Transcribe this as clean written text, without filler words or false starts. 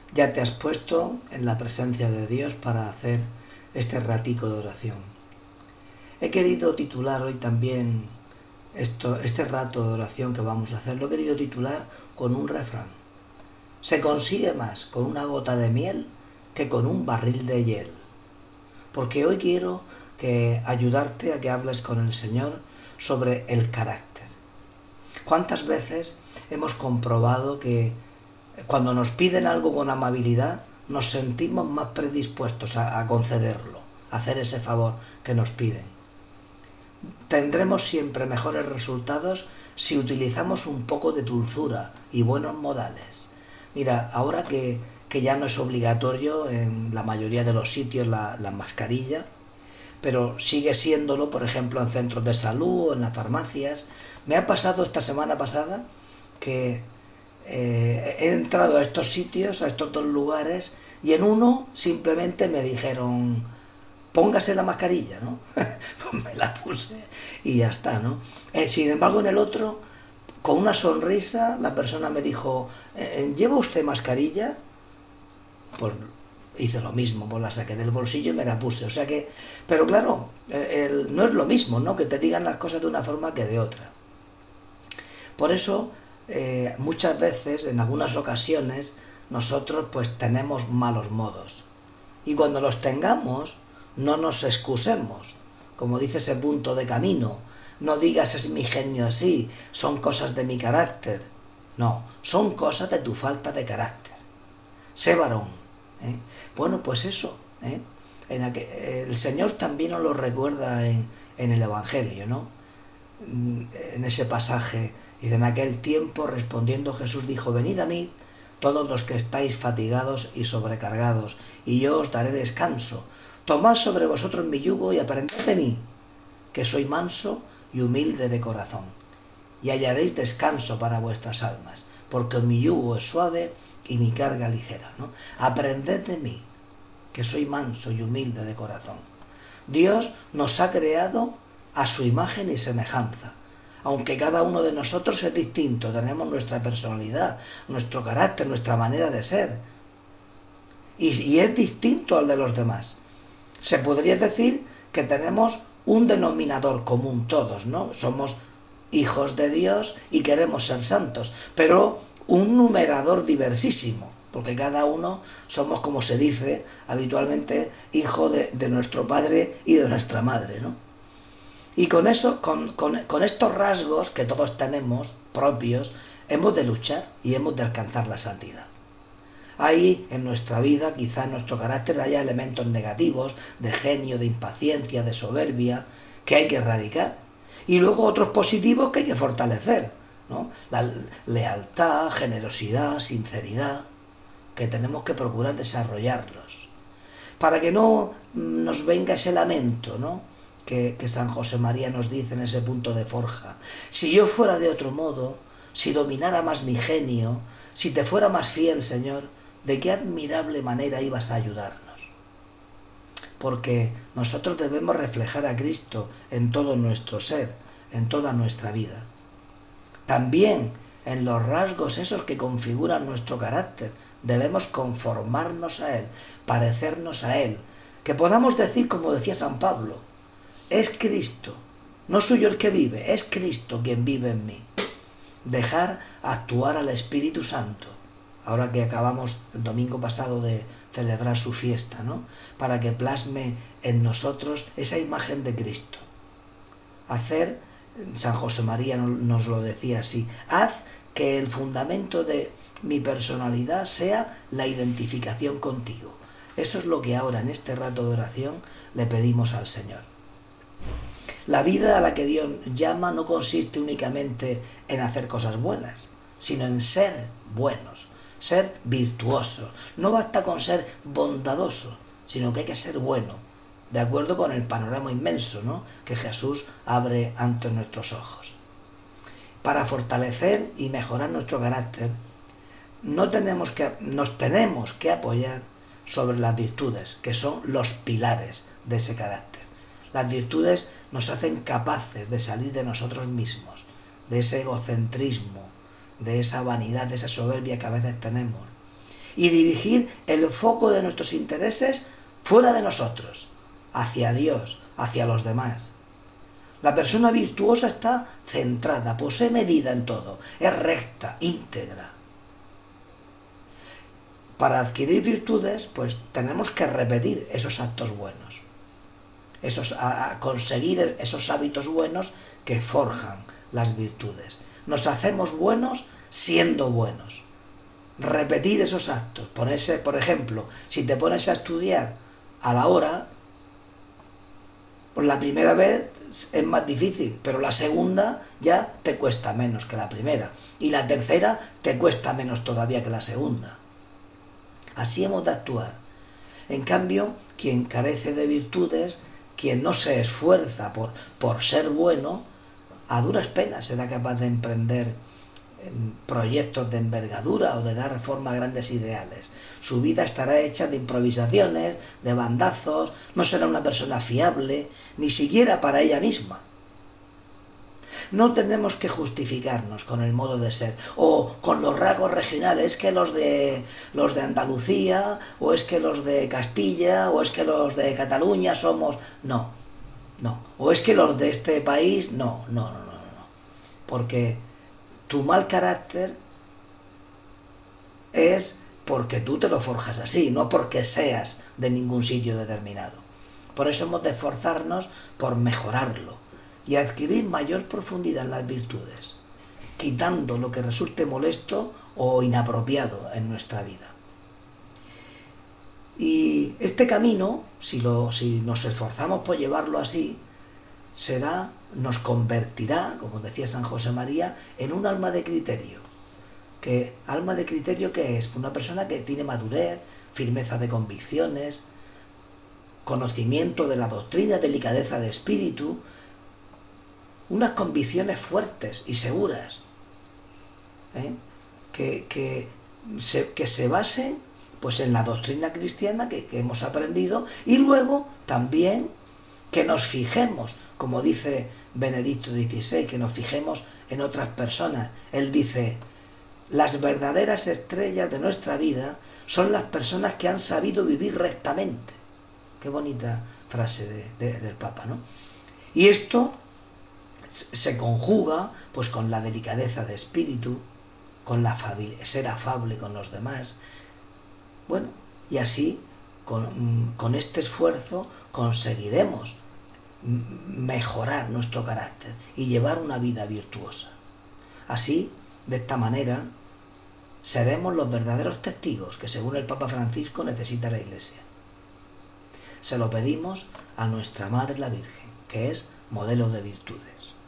Ya te has puesto en la presencia de Dios para hacer este ratico de oración. He querido titular hoy también este rato de oración que vamos a hacer, lo he querido titular con un refrán. Se consigue más con una gota de miel que con un barril de hiel. Porque hoy quiero ayudarte a que hables con el Señor sobre el carácter. ¿Cuántas veces hemos comprobado que cuando nos piden algo con amabilidad nos sentimos más predispuestos a concederlo, a hacer ese favor que nos piden? Tendremos siempre mejores resultados si utilizamos un poco de dulzura y buenos modales. Mira, ahora que ya no es obligatorio en la mayoría de los sitios la mascarilla, pero sigue siéndolo, por ejemplo, en centros de salud o en las farmacias. Me ha pasado esta semana pasada que he entrado a estos sitios, a estos dos lugares, y en uno simplemente me dijeron: póngase la mascarilla, ¿no? Pues me la puse y ya está, ¿no? Sin embargo, en el otro, con una sonrisa, la persona me dijo: ¿lleva usted mascarilla? Pues hice lo mismo, pues la saqué del bolsillo y me la puse. O sea que, pero claro, no es lo mismo, ¿no?, que te digan las cosas de una forma que de otra. Por eso, muchas veces, en algunas ocasiones, nosotros pues tenemos malos modos. Y cuando los tengamos, no nos excusemos. Como dice ese punto de camino, no digas es mi genio así, son cosas de mi carácter. No, son cosas de tu falta de carácter. Sé varón. Bueno, pues eso. El Señor también nos lo recuerda en el Evangelio, ¿no? En ese pasaje, y en aquel tiempo respondiendo Jesús dijo: venid a mí todos los que estáis fatigados y sobrecargados, y yo os daré descanso. Tomad sobre vosotros mi yugo y aprended de mí, que soy manso y humilde de corazón, y hallaréis descanso para vuestras almas, porque mi yugo es suave y mi carga ligera, ¿no? Aprended de mí, que soy manso y humilde de corazón. Dios nos ha creado a su imagen y semejanza. Aunque cada uno de nosotros es distinto, tenemos nuestra personalidad, nuestro carácter, nuestra manera de ser. Y es distinto al de los demás. Se podría decir que tenemos un denominador común todos, ¿no? Somos hijos de Dios y queremos ser santos, pero un numerador diversísimo, porque cada uno somos, como se dice habitualmente, hijo de nuestro padre y de nuestra madre, ¿no? Y con eso, con estos rasgos que todos tenemos propios, hemos de luchar y hemos de alcanzar la santidad. Hay en nuestra vida, quizá en nuestro carácter, haya elementos negativos, de genio, de impaciencia, de soberbia, que hay que erradicar. Y luego otros positivos que hay que fortalecer, ¿no? La lealtad, generosidad, sinceridad, que tenemos que procurar desarrollarlos. Para que no nos venga ese lamento, ¿no?, que San José María nos dice en ese punto de forja: si yo fuera de otro modo, si dominara más mi genio, si te fuera más fiel, Señor, ¿de qué admirable manera ibas a ayudarnos? Porque nosotros debemos reflejar a Cristo en todo nuestro ser, en toda nuestra vida. También en los rasgos esos que configuran nuestro carácter, debemos conformarnos a Él, parecernos a Él, que podamos decir, como decía San Pablo: es Cristo, no soy yo el que vive, es Cristo quien vive en mí. Dejar actuar al Espíritu Santo, ahora que acabamos el domingo pasado de celebrar su fiesta, ¿no?, para que plasme en nosotros esa imagen de Cristo. Hacer, San José María nos lo decía así: haz que el fundamento de mi personalidad sea la identificación contigo. Eso es lo que ahora, en este rato de oración, le pedimos al Señor. La vida a la que Dios llama no consiste únicamente en hacer cosas buenas, sino en ser buenos, ser virtuosos. No basta con ser bondadoso, sino que hay que ser bueno, de acuerdo con el panorama inmenso, ¿no?, que Jesús abre ante nuestros ojos. Para fortalecer y mejorar nuestro carácter, nos tenemos que apoyar sobre las virtudes, que son los pilares de ese carácter. Las virtudes nos hacen capaces de salir de nosotros mismos, de ese egocentrismo, de esa vanidad, de esa soberbia que a veces tenemos. y dirigir el foco de nuestros intereses fuera de nosotros, hacia Dios, hacia los demás. La persona virtuosa está centrada, posee medida en todo, es recta, íntegra. Para adquirir virtudes, pues tenemos que repetir esos actos buenos, conseguir esos hábitos buenos que forjan las virtudes. Nos hacemos buenos siendo buenos. Repetir esos actos, ponerse, por ejemplo, si te pones a estudiar a la hora, pues la primera vez es más difícil, pero la segunda ya te cuesta menos que la primera, y la tercera te cuesta menos todavía que la segunda. Así hemos de actuar. En cambio, quien carece de virtudes, quien no se esfuerza por ser bueno, a duras penas será capaz de emprender proyectos de envergadura o de dar forma a grandes ideales. Su vida estará hecha de improvisaciones, de bandazos, no será una persona fiable, ni siquiera para ella misma. No tenemos que justificarnos con el modo de ser o con los rasgos regionales, es que los de Andalucía, o es que los de Castilla, o es que los de Cataluña somos... No, o es que los de este país, no. Porque tu mal carácter es porque tú te lo forjas así, no porque seas de ningún sitio determinado. Por eso hemos de esforzarnos por mejorarlo y adquirir mayor profundidad en las virtudes, quitando lo que resulte molesto o inapropiado en nuestra vida. Y este camino, si nos esforzamos por llevarlo así, nos convertirá, como decía San José María, en un alma de criterio. ¿Alma de criterio qué es? Una persona que tiene madurez, firmeza de convicciones, conocimiento de la doctrina, delicadeza de espíritu, unas convicciones fuertes y seguras, que se basen pues en la doctrina cristiana que hemos aprendido, y luego también que nos fijemos, como dice Benedicto XVI, que nos fijemos en otras personas. Él dice: las verdaderas estrellas de nuestra vida son las personas que han sabido vivir rectamente. Qué bonita frase del Papa, ¿no? Y esto se conjuga pues con la delicadeza de espíritu, con ser afable con los demás. Bueno, y así con este esfuerzo conseguiremos mejorar nuestro carácter y llevar una vida virtuosa. Así, de esta manera, seremos los verdaderos testigos que, según el Papa Francisco, necesita la Iglesia. Se lo pedimos a nuestra Madre la Virgen, que es modelo de virtudes.